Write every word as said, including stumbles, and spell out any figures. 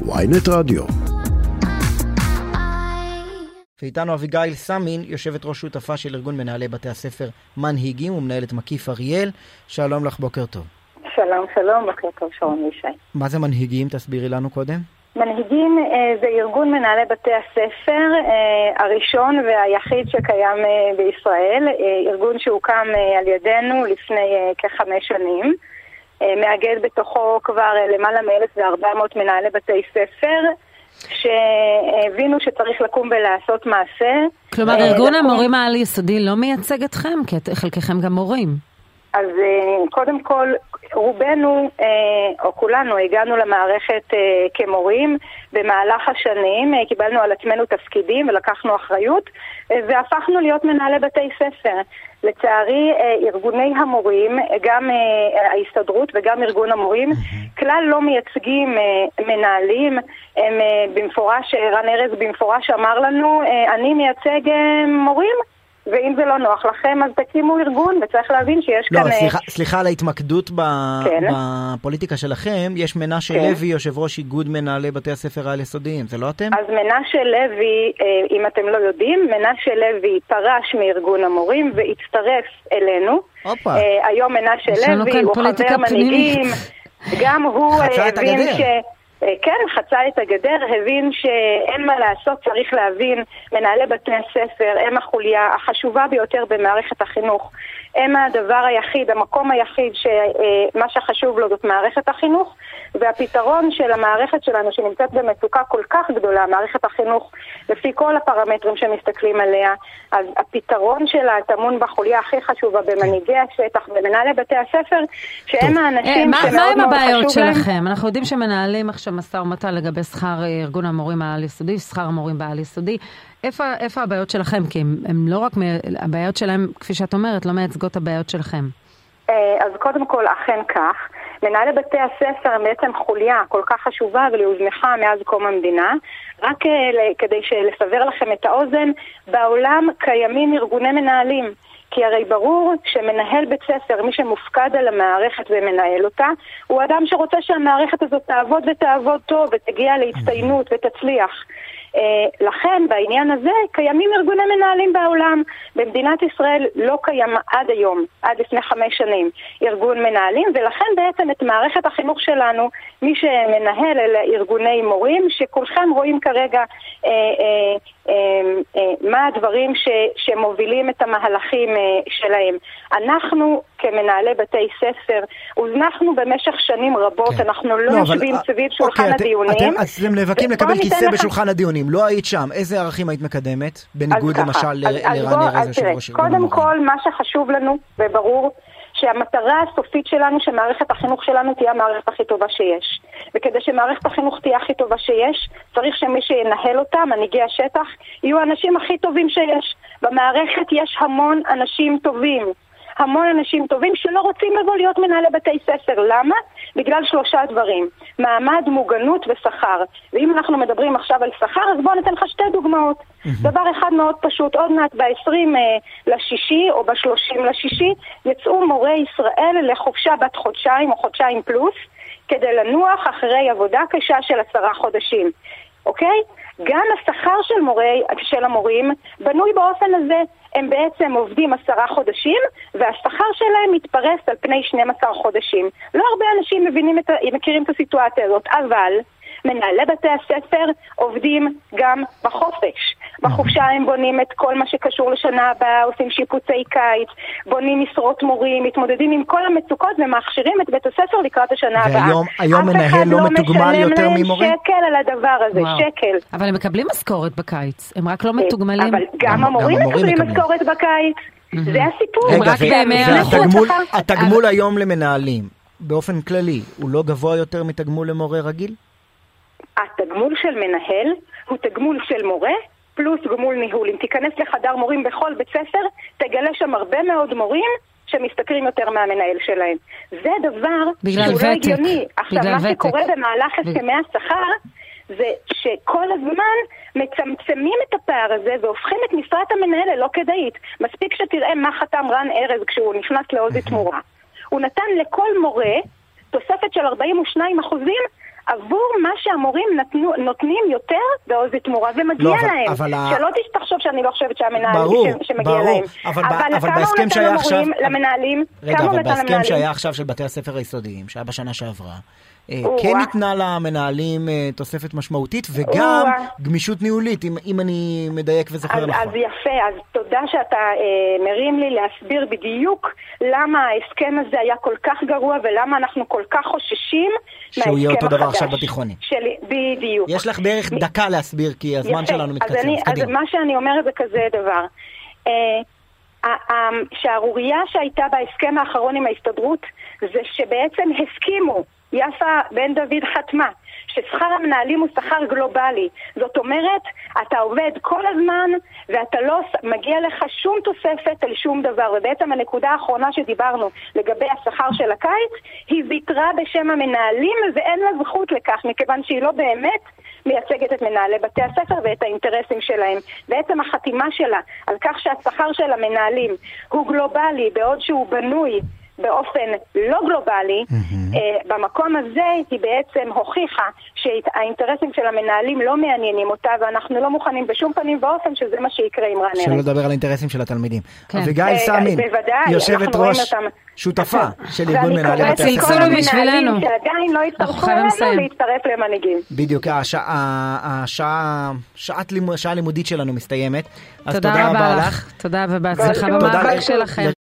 וויינט רדיו. ואיתנו אביגיל סמין, יושבת ראש שותפה של ארגון מנהלי בתי הספר מנהיגים ומנהלת מקיף אריאל. שלום לך, בוקר טוב. שלום, שלום, בוקר טוב, שרון וישי. מה זה מנהיגים? תסבירי לנו קודם. מנהיגים אה, זה ארגון מנהלי בתי הספר אה, הראשון והיחיד שקיים אה, בישראל, אה, ארגון שהוקם אה, על ידינו לפני אה, כחמש שנים, אה, מאגד בתוכו כבר אה, למעלה מ-אלף וארבע מאות מנהלי בתי ספר, שהבינו שצריך לקום ולעשות מעשה. כלומר, אה, ארגון לקום... המורים העל יסודי לא מייצג אתכם, כי חלקכם גם מורים. אז אה, קודם כל, רובנו, או כולנו, הגענו למערכת כמורים. במהלך השנים קיבלנו על עצמנו תפקידים ולקחנו אחריות, והפכנו להיות מנהלי בתי ספר. לצערי, ארגוני המורים, גם ההסתדרות וגם ארגון המורים, כלל לא מייצגים מנהלים. הם במפורש, רן ארז במפורש אמר לנו, אני מייצג מורים, ואם זה לא נוח לכם, אז תקימו ארגון, וצריך להבין שיש לא, כאן... לא, סליחה, סליחה על ההתמקדות ב... כן. בפוליטיקה שלכם. יש מנשה כן. לוי, יושב ראש איגוד מנהלי בתי הספר העל יסודיים, זה לא אתם? אז מנשה לוי, אם אתם לא יודעים, מנשה לוי פרש מארגון המורים והצטרף אלינו. אופה. היום מנשה לוי הוא חבר מנהיגים, גם הוא הבין ש... כן, חצה את הגדר, הבין שאין מה לעשות, צריך להבין, מנהלי בתי הספר הם החוליה החשובה ביותר במערכת החינוך. הם הדבר היחיד, המקום היחיד שמה שחשוב לו זאת מערכת החינוך, והפתרון של המערכת שלנו שנמצאת במצוקה כל כך גדולה, מערכת החינוך, לפי כל הפרמטרים שמסתכלים עליה, אז הפתרון שלה טמון בחוליה הכי חשובה במנהיגי השטח, במנהלי בתי הספר, שהם האנשים מה שמאוד הם מאוד הבעיות חשוב להם. שלכם? אנחנו יודעים שמנהלים עכשיו משא ומתן לגבי שכר ארגון המורים העל יסודי, שכר המורים בעל יסודי. איפה, איפה הבעיות שלכם? כי הם, הם לא רק, הבעיות שלהם, כפי שאת אומרת, לא מייצגות הבעיות שלכם. אז קודם כל, אכן כך. מנהלי בתי הספר הם בעצם חוליה כל כך חשובה ולהוזנחה מאז קום המדינה. רק כדי לסבר לכם את האוזן, בעולם קיימים ארגוני מנהלים. כי הרי ברור שמנהל בית ספר, מי שמופקד על המערכת ומנהל אותה, הוא אדם שרוצה שהמערכת הזאת תעבוד ותעבוד טוב ותגיע להצטיינות ותצליח. לכן בעניין הזה קיימים ארגוני מנהלים בעולם. במדינת ישראל לא קיים עד היום, עד לפני חמש שנים, ארגון מנהלים, ולכן בעצם את מערכת החינוך שלנו, מי שמנהל אלה ארגוני מורים, שכולכם רואים כרגע אה, אה, אה, אה, מה הדברים ש, שמובילים את המהלכים אה, שלהם. אנחנו כמנהלי בתי ספר הוזנחנו במשך שנים רבות, כן. אנחנו לא, לא יושבים אבל, סביב שולחן אוקיי, הדיונים. אתם, אז אתם נאבקים לקבל כיסא בשולחן הדיונים. לא היית שם, איזה ערכים היית מקדמת? בניגוד למשל לרן ארז, יושב ראש ארגון המורים. קודם כל, מה שחשוב לנו, וברור, שהמטרה הסופית שלנו, שמערכת החינוך שלנו תהיה המערכת הכי טובה שיש. וכדי שמערכת החינוך תהיה הכי טובה שיש, צריך שמי שינהל אותה, מנהיגי השטח, יהיו האנשים הכי טובים שיש. במערכת יש המון אנשים טובים. המון אנשים טובים שלא רוצים לבוא להיות מנהלי בתי ספר. למה? בגלל שלושה דברים. מעמד, מוגנות ושכר. ואם אנחנו מדברים עכשיו על שכר, אז בואו ניתן לך שתי דוגמאות. דבר אחד מאוד פשוט, עוד מעט ב-עשרים לשישי או ב-שלושים לשישי, יצאו מורי ישראל לחופשה בת חודשיים או חודשיים פלוס, כדי לנוח אחרי עבודה קשה של עשרה חודשים. אוקיי? גם השכר של מורי, של המורים בנוי באופן הזה. הם בעצם עובדים עשרה חודשים, והשכר שלהם מתפרס על פני שנים עשר חודשים. לא הרבה אנשים מבינים את, מכירים את הסיטואציה הזאת, אבל מנהלי בתי הספר עובדים גם בחופש. בחופשה הם בונים את כל מה שקשור לשנה הבאה, עושים שיפוצי קיץ, בונים משרות מורים, מתמודדים עם כל המצוקות ומכשירים את בית הספר לקראת השנה הבאה. והיום היום מנהל לא מתוגמל יותר ממורים? שקל על הדבר הזה, וואו. שקל. אבל הם מקבלים משכורת בקיץ, הם רק לא מתוגמלים. אבל גם, גם המורים גם מקבלים משכורת בקיץ. זה הסיפור. והתגמול היום למנהלים, באופן כללי, הוא לא גבוה יותר מתגמול למורה רגיל? התגמול של מנהל הוא תגמול של מורה פלוס גמול ניהול. אם תיכנס לחדר מורים בכל בית ספר, תגלה שם הרבה מאוד מורים שמשתכרים יותר מהמנהל שלהם. זה דבר שהוא לא הגיוני. עכשיו, מה שקורה במהלך הסכמי השכר, זה שכל הזמן מצמצמים את הפער הזה והופכים את משרת המנהל ללא כדאית. מספיק שתראה מה חתם רן ארז כשהוא נכנס לעוז תמורה. הוא נתן לכל מורה תוספת של ארבעים ושניים אחוזים עבור מה שהמורים נתנו, נותנים יותר בעוז תמורה, ומגיע לא, אבל, להם. אבל שלא תחשוב שאני לא חושבת שהמנהלים ברור, ש... שמגיע ברור, להם. אבל, אבל, אבל כמה בהסכם הוא נתן שהיה למורים, עכשיו... למנהלים? רגע, אבל בהסכם למנהלים? שהיה עכשיו של בתי הספר היסודיים, שהיה בשנה שעברה, או כן וואה. ניתנה למנהלים תוספת משמעותית, וגם או גמישות ניהולית, אם, אם אני מדייק וזוכר אז, נכון. אז יפה, אז תודה שאתה אה, מרים לי להסביר בדיוק למה ההסכם הזה היה כל כך גרוע, ולמה אנחנו כל כך חוששים מההסכם החדש. שהוא יהיה אותו דבר עכשיו בתיכוני. של, בדיוק. יש לך בערך מ... דקה להסביר, כי הזמן יפה. שלנו מתקצר. אז, אני, אז מה שאני אומרת זה כזה דבר. אה, השערורייה שהייתה בהסכם האחרון עם ההסתדרות, זה שבעצם הסכימו, יפה בן דוד חתמה, ששכר המנהלים הוא שכר גלובלי. זאת אומרת, אתה עובד כל הזמן ואתה לא מגיע לך שום תוספת על שום דבר. ובעצם הנקודה האחרונה שדיברנו לגבי השכר של הקיץ, היא ויתרה בשם המנהלים ואין לה זכות לכך, מכיוון שהיא לא באמת מייצגת את מנהלי בתי הספר ואת האינטרסים שלהם. בעצם החתימה שלה על כך שהשכר של המנהלים הוא גלובלי בעוד שהוא בנוי באופן לא גלובלי, mm-hmm. uh, במקום הזה היא בעצם הוכיחה שהאינטרסים של המנהלים לא מעניינים אותה, ואנחנו לא מוכנים בשום פנים ואופן שזה מה שיקרה עם רן ארז. שלא לדבר על האינטרסים של התלמידים. כן. אביגיל סאמין, יושבת ראש שותפה של ארגון מנהלי בתי הספר. צלצלו בשבילנו. שעדיין לא הצטרפו אלינו להצטרף למנהיגים. בדיוק, השעה הלימודית שלנו מסתיימת. תודה רבה לך. תודה ובהצלחה במאבק שלכם.